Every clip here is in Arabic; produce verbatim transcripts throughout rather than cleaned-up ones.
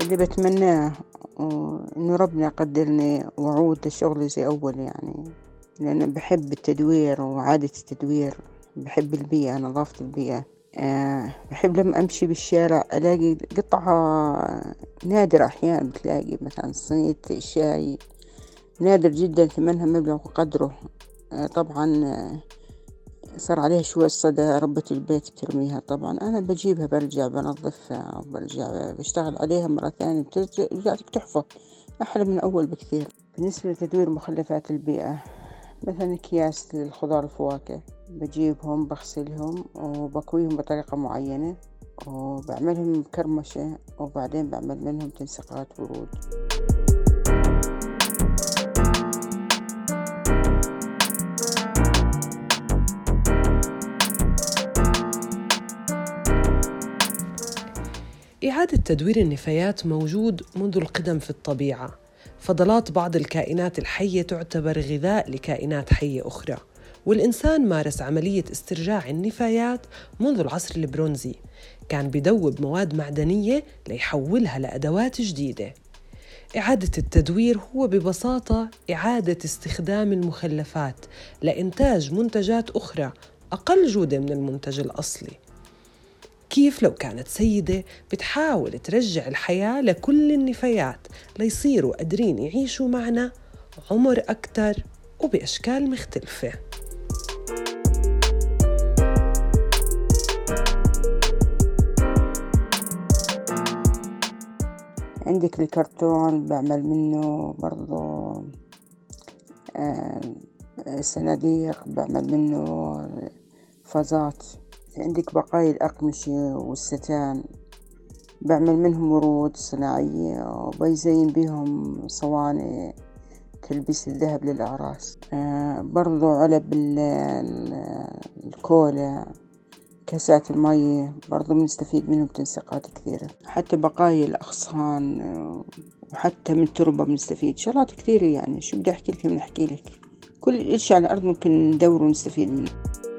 اللي بتمناه إنه ربنا يقدرني وأعود لشغلي زي أول يعني، لأن بحب التدوير وعادة التدوير، بحب البيئة، نظافة البيئة. أه بحب لما أمشي بالشارع ألاقي قطعة نادرة، أحيانا بتلاقي مثلا صينية شاي نادر جدا ثمنها مبلغ وقدره. أه طبعا أه صار عليها شوية صدى، ربة البيت بترميها، طبعا أنا بجيبها برجع بنظفها برجع بشتغل عليها مرة ثانية بترجع تحفة أحلى من أول بكثير. بالنسبة لتدوير مخلفات البيئة، مثلا أكياس للخضار والفواكه بجيبهم بغسلهم وبكويهم بطريقة معينة وبعملهم كرمشة وبعدين بعمل منهم تنسيقات ورود. إعادة تدوير النفايات موجود منذ القدم في الطبيعة. فضلات بعض الكائنات الحية تعتبر غذاء لكائنات حية أخرى، والإنسان مارس عملية استرجاع النفايات منذ العصر البرونزي. كان بدوب مواد معدنية ليحولها لأدوات جديدة. إعادة التدوير هو ببساطة إعادة استخدام المخلفات لإنتاج منتجات أخرى أقل جودة من المنتج الأصلي. كيف لو كانت سيدة بتحاول ترجع الحياة لكل النفايات ليصيروا قادرين يعيشوا معنا عمر أكتر وبأشكال مختلفة. عندك الكرتون بعمل منه برضو آه صناديق، بعمل منه فازات. عندك بقايا الأقمشة والستان بعمل منهم ورود صناعية وبيزين بهم صواني تلبس الذهب للأعراس. آه برضو علب الكولا، كاسات المية برضو بنستفيد منهم تنسيقات كثيرة. حتى بقايا الأغصان وحتى من التربة بنستفيد شغلات كثيرة يعني. شو بدي أحكي لك من أحكي لك كل إشي على الأرض ممكن ندور ونستفيد منه.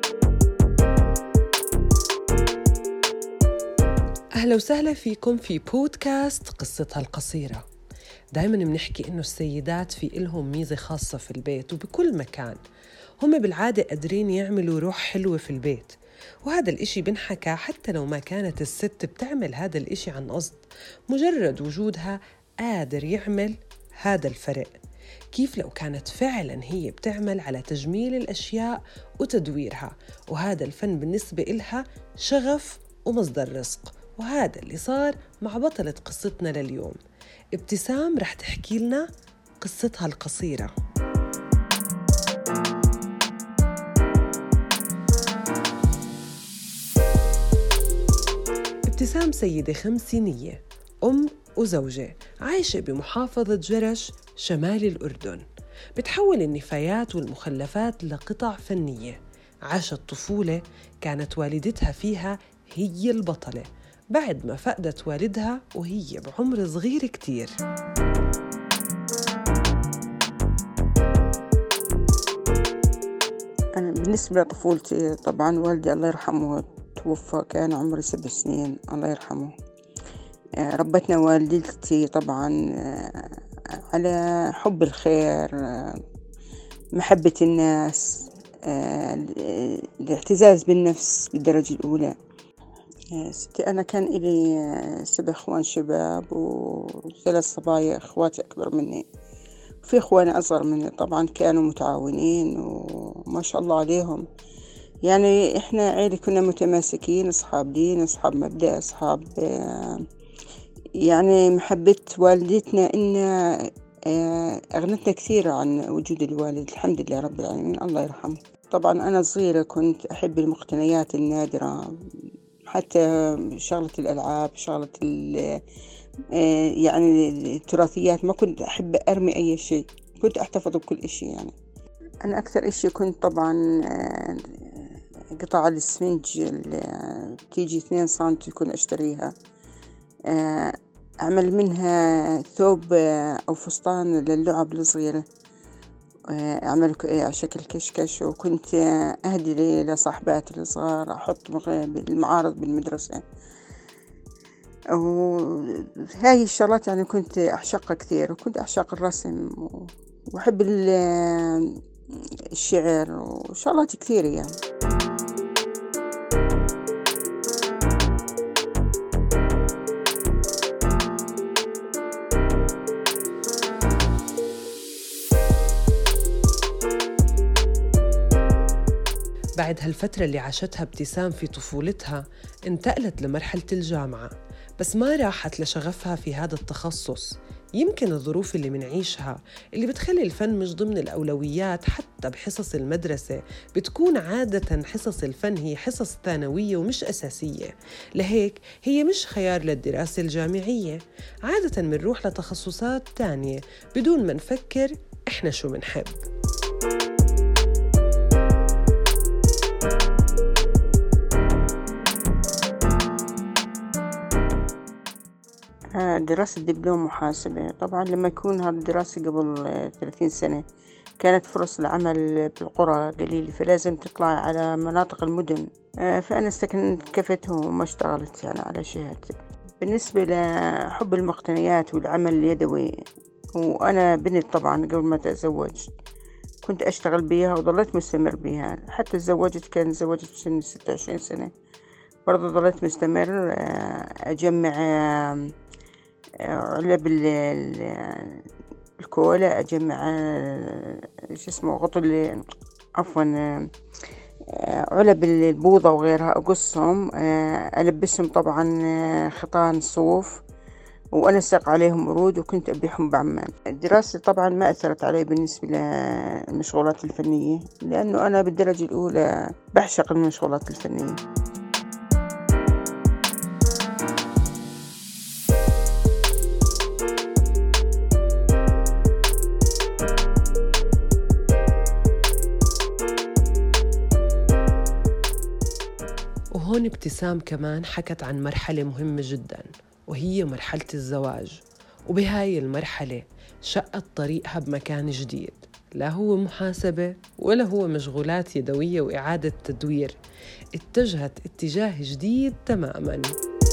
أهلا وسهلا فيكم في بودكاست قصتها القصيرة. دايما بنحكي إنه السيدات في إلهم ميزة خاصة في البيت وبكل مكان. هم بالعادة قادرين يعملوا روح حلوة في البيت، وهذا الإشي بنحكى حتى لو ما كانت الست بتعمل هذا الإشي عن قصد. مجرد وجودها قادر يعمل هذا الفرق. كيف لو كانت فعلا هي بتعمل على تجميل الأشياء وتدويرها، وهذا الفن بالنسبة إلها شغف ومصدر رزق. وهذا اللي صار مع بطلة قصتنا لليوم. ابتسام رح تحكي لنا قصتها القصيرة. ابتسام سيدة خمسينية، أم وزوجة، عايشة بمحافظة جرش شمال الأردن. بتحول النفايات والمخلفات لقطع فنية. عاشت طفولة كانت والدتها فيها هي البطلة بعد ما فقدت والدها وهي بعمر صغير كتير. أنا بالنسبة لطفولتي طبعاً والدي الله يرحمه توفى كان عمري سبع سنين الله يرحمه. ربتنا والدتي طبعاً على حب الخير، محبة الناس، الاعتزاز بالنفس بالدرجة الأولى. ستي أنا كان إلي سبع إخوان شباب وثلاث صبايا إخواتي أكبر مني، وفي إخواني أصغر مني. طبعا كانوا متعاونين وما شاء الله عليهم. يعني إحنا عيلة كنا متماسكين، أصحاب دين، أصحاب مبدأ، أصحاب يعني محبة والدتنا إن أغنتنا كثير عن وجود الوالد. الحمد لله رب العالمين الله يرحمه. طبعا أنا صغيرة كنت أحب المقتنيات النادرة، حتى شغلة الألعاب، شغلة يعني التراثيات. ما كنت أحب أرمي أي شيء، كنت أحتفظ بكل إشي. يعني أنا أكثر إشي كنت طبعا قطع الإسفنج اللي تيجي اثنين سنتي كنت أشتريها، أعمل منها ثوب أو فستان للعب الصغيرة، أعمل على شكل كشكش، وكنت أهدي لصاحباتي الصغار، أحط بالمعارض بالمدرسة. وهاي الشغلات يعني كنت أعشقها كثير، وكنت أعشق الرسم و- وأحب ال- الشعر وشغلات كثيرة يعني. بعد هالفترة اللي عاشتها ابتسام في طفولتها انتقلت لمرحلة الجامعة، بس ما راحت لشغفها في هذا التخصص. يمكن الظروف اللي منعيشها اللي بتخلي الفن مش ضمن الأولويات حتى بحصص المدرسة، بتكون عادة حصص الفن هي حصص ثانوية ومش أساسية، لهيك هي مش خيار للدراسة الجامعية. عادة منروح لتخصصات تانية بدون ما نفكر إحنا شو منحب. آه، دراسة دبلوم محاسبة. طبعا لما يكون هذه الدراسة قبل آه، ثلاثين سنة كانت فرص العمل بالقرى قليلة، فلازم تطلع على مناطق المدن. آه، فأنا استكفيت وما اشتغلت يعني على شهادتي. بالنسبة لحب المقتنيات والعمل اليدوي، وأنا بنت طبعا قبل ما تزوج كنت أشتغل بيها وظليت مستمر بيها حتى تزوجت. كان تزوجت في سن ستة وعشرين سنة، برضه ظليت مستمر. آه، أجمع آه، علب ال- ال- الكولا، أجمع آه، شو اسمه غطل، عفوا آه، علب البوظة وغيرها، أقصهم آه، ألبسهم طبعا آه، خيطان صوف، وأنسق عليهم ورود، وكنت أبيعهم بعمان. الدراسة طبعا ما أثرت علي بالنسبة للمشغولات الفنية، لأنه أنا بالدرجة الأولى بعشق المشغولات الفنية. وهون ابتسام كمان حكت عن مرحلة مهمة جداً، وهي مرحلة الزواج. وبهاي المرحلة شقت طريقها بمكان جديد، لا هو محاسبة ولا هو مشغولات يدوية وإعادة تدوير. اتجهت اتجاه جديد تماماً.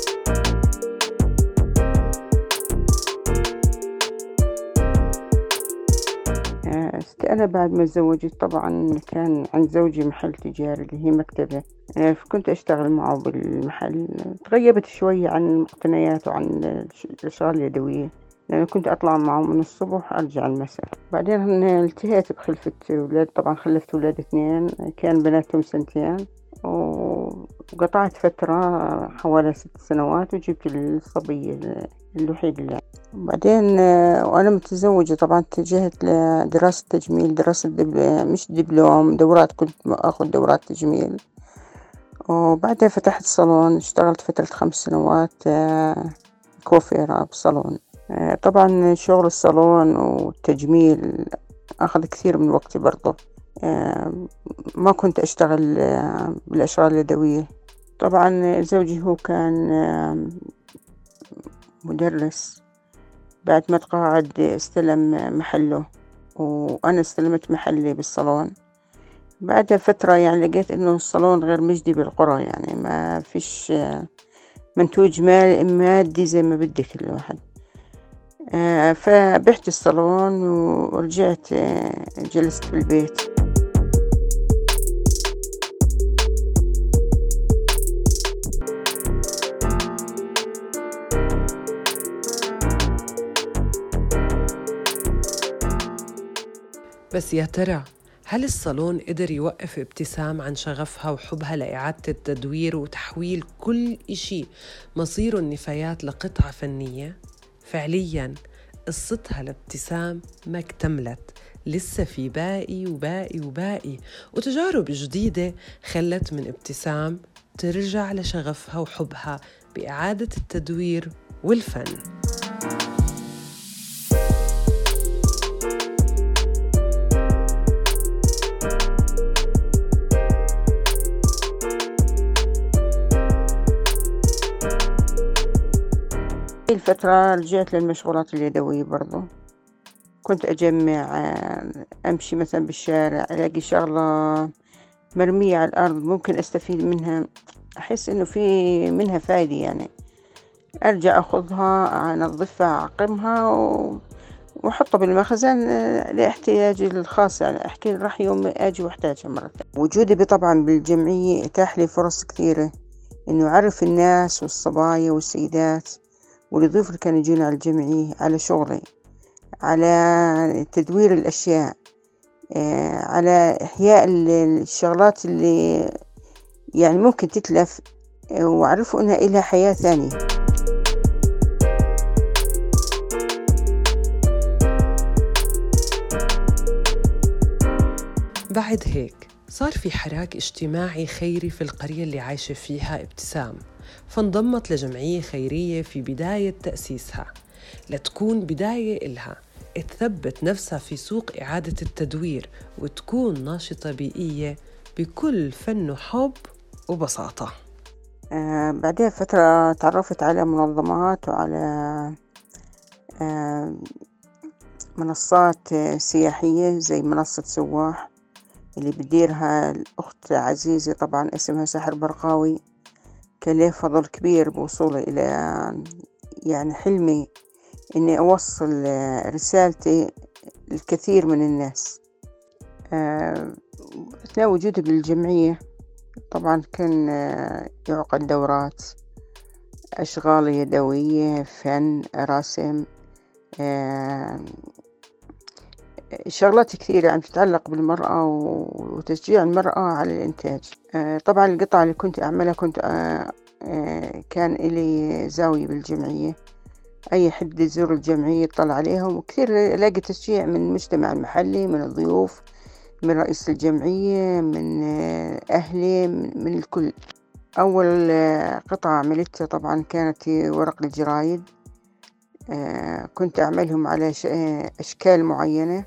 آه، أنا بعد ما تزوجت طبعا كان عند زوجي محل تجاري اللي هي مكتبة، آه، فكنت أشتغل معه بالمحل. تغيبت شوية عن المقتنيات وعن الأشغال اليدوية، لأنه كنت أطلع معه من الصبح أرجع المساء. بعدين التهيت بخلفة أولاد، طبعا خلفت أولاد اثنين كان بناتهم سنتين، وقطعت فترة حوالي ست سنوات وجبت الصبية الوحيد اللي. بعدين آه، وأنا متزوجة طبعا اتجهت لدراسة تجميل، دراسة دبل... مش دبلوم، دورات. كنت أخذ دورات تجميل، وبعدها فتحت صالون. اشتغلت فترة خمس سنوات آه، كوفيرة بصالون. آه، طبعا شغل الصالون والتجميل أخذ كثير من وقتي برضه. آه، ما كنت أشتغل آه، بالأشغال اليدوية. طبعا زوجي هو كان آه، مدرس. بعد ما تقاعد استلم محله، وأنا استلمت محلي بالصالون. بعدها فترة يعني لقيت إنه الصالون غير مجدي بالقرى، يعني ما فيش آه، منتوج مال- مادي زي ما بدك الواحد. آه، فبعت الصالون ورجعت آه، جلست في البيت. بس يا ترى هل الصالون قدر يوقف ابتسام عن شغفها وحبها لإعادة التدوير وتحويل كل إشي مصيره النفايات لقطعة فنية؟ فعلياً قصتها لابتسام ما اكتملت، لسه في باقي وباقي وباقي، وتجارب جديدة خلت من ابتسام ترجع لشغفها وحبها بإعادة التدوير والفن. في الفترة رجعت للمشغولات اليدوية برضو. كنت أجمع آه، أمشي مثلا بالشارع ألاقي شغلة مرمية على الأرض ممكن أستفيد منها، أحس إنه في منها فايدة يعني. أرجع أخذها أنظفها أعقمها و... وأحطها بالمخزن لاحتياجي الخاص، يعني أحكي راح يوم أجي وأحتاجها مرة ثانية. وجودي طبعا بالجمعية اتاح لي فرص كثيرة إنه أعرف الناس والصبايا والسيدات والضيوف اللي كانوا يجون على الجمعية على شغلي، على تدوير الأشياء، على إحياء الشغلات اللي يعني ممكن تتلف، وأعرفوا إنها إلها حياة ثانية. بعد هيك صار في حراك اجتماعي خيري في القرية اللي عايشة فيها ابتسام، فانضمت لجمعية خيرية في بداية تأسيسها لتكون بداية إلها تثبت نفسها في سوق إعادة التدوير وتكون ناشطة بيئية بكل فن وحب وبساطة. آه بعدها فترة تعرفت على منظمات وعلى آه منصات سياحية زي منصة سواح اللي بديرها الأخت عزيزة، طبعا اسمها سحر برقاوي. كان له فضل كبير بوصوله إلى يعني حلمي إني أوصل رسالتي للكثير من الناس. أثناء وجودي بالجمعية طبعا كان يعقد دورات أشغال يدوية، فن، رسم، شغلات كثيرة يعني تتعلق بالمرأة وتشجيع المرأة على الإنتاج. طبعا القطع اللي كنت أعملها كنت كان إلي زاوية بالجمعية، أي حد يزور الجمعية يطلع عليهم، وكثير ألاقي تشجيع من المجتمع المحلي، من الضيوف، من رئيس الجمعية، من أهلي، من الكل. أول قطعة عملتها طبعا كانت ورق الجرايد، كنت أعملهم على أشكال معينة،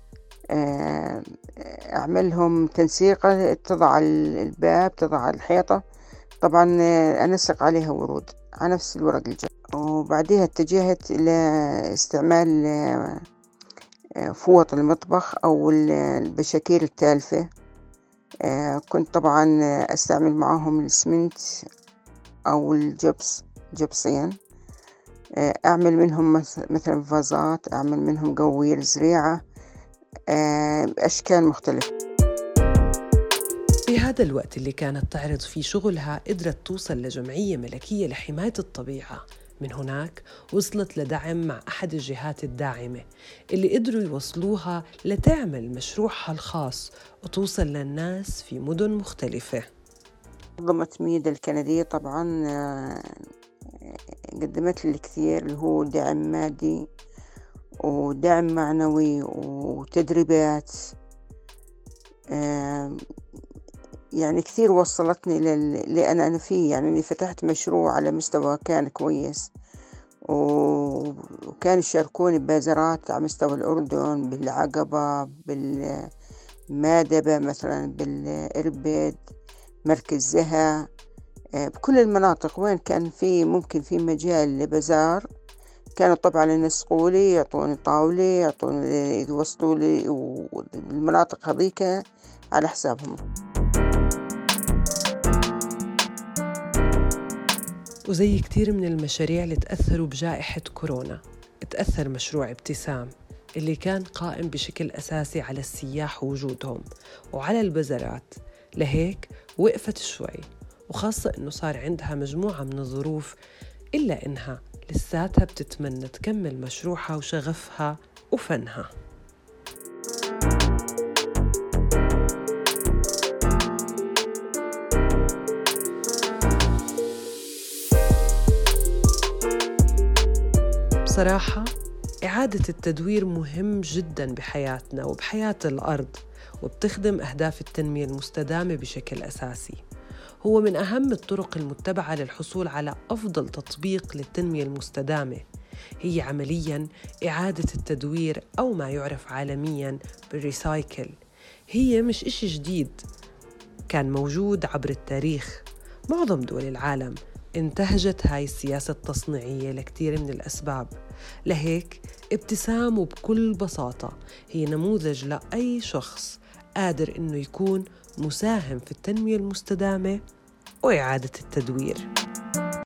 أعملهم تنسيقة تضع الباب، تضع الحيطة، طبعا أنسق عليها ورود على نفس الورق الجرايد. وبعدها اتجهت إلى استعمال فوط المطبخ أو البشاكير التالفة. كنت طبعا أستعمل معهم الإسمنت أو الجبس، جبسين، أعمل منهم مثلا فازات، أعمل منهم قوير زريعة بأشكال مختلفة. في هذا الوقت اللي كانت تعرض فيه شغلها قدرت توصل لجمعية ملكية لحماية الطبيعة. من هناك وصلت لدعم مع أحد الجهات الداعمة اللي قدروا يوصلوها لتعمل مشروعها الخاص وتوصل للناس في مدن مختلفة. منظمة ميدا الكندية طبعا قدمت لي الكثير، اللي هو دعم مادي ودعم معنوي وتدريبات، يعني كثير وصلتني لأن أنا فيه، يعني أني فتحت مشروع على مستوى كان كويس، وكان يشاركوني ببازارات على مستوى الأردن، بالعقبة، بالمادبة مثلا، بالإربد، مركز زها، بكل المناطق وين كان في ممكن في مجال لبازار كانوا طبعا ينسقوا لي، يعطوني طاولة، يعطوني يوصلوا لي، والمناطق هذيك على حسابهم. وزي كتير من المشاريع اللي تأثروا بجائحة كورونا، تأثر مشروع ابتسام اللي كان قائم بشكل أساسي على السياح ووجودهم وعلى البازارات. لهيك وقفت شوي، وخاصة إنه صار عندها مجموعة من الظروف، إلا إنها لساتها بتتمنى تكمل مشروعها وشغفها وفنها. بصراحة إعادة التدوير مهم جداً بحياتنا وبحياة الأرض، وبتخدم أهداف التنمية المستدامة بشكل أساسي. هو من أهم الطرق المتبعة للحصول على أفضل تطبيق للتنمية المستدامة. هي عملياً إعادة التدوير أو ما يعرف عالمياً بالريسايكل. هي مش إشي جديد، كان موجود عبر التاريخ. معظم دول العالم انتهجت هاي السياسة التصنيعية لكتير من الأسباب. لهيك ابتسام وبكل بساطة هي نموذج لأي شخص قادر إنه يكون مساهم في التنمية المستدامة وإعادة التدوير.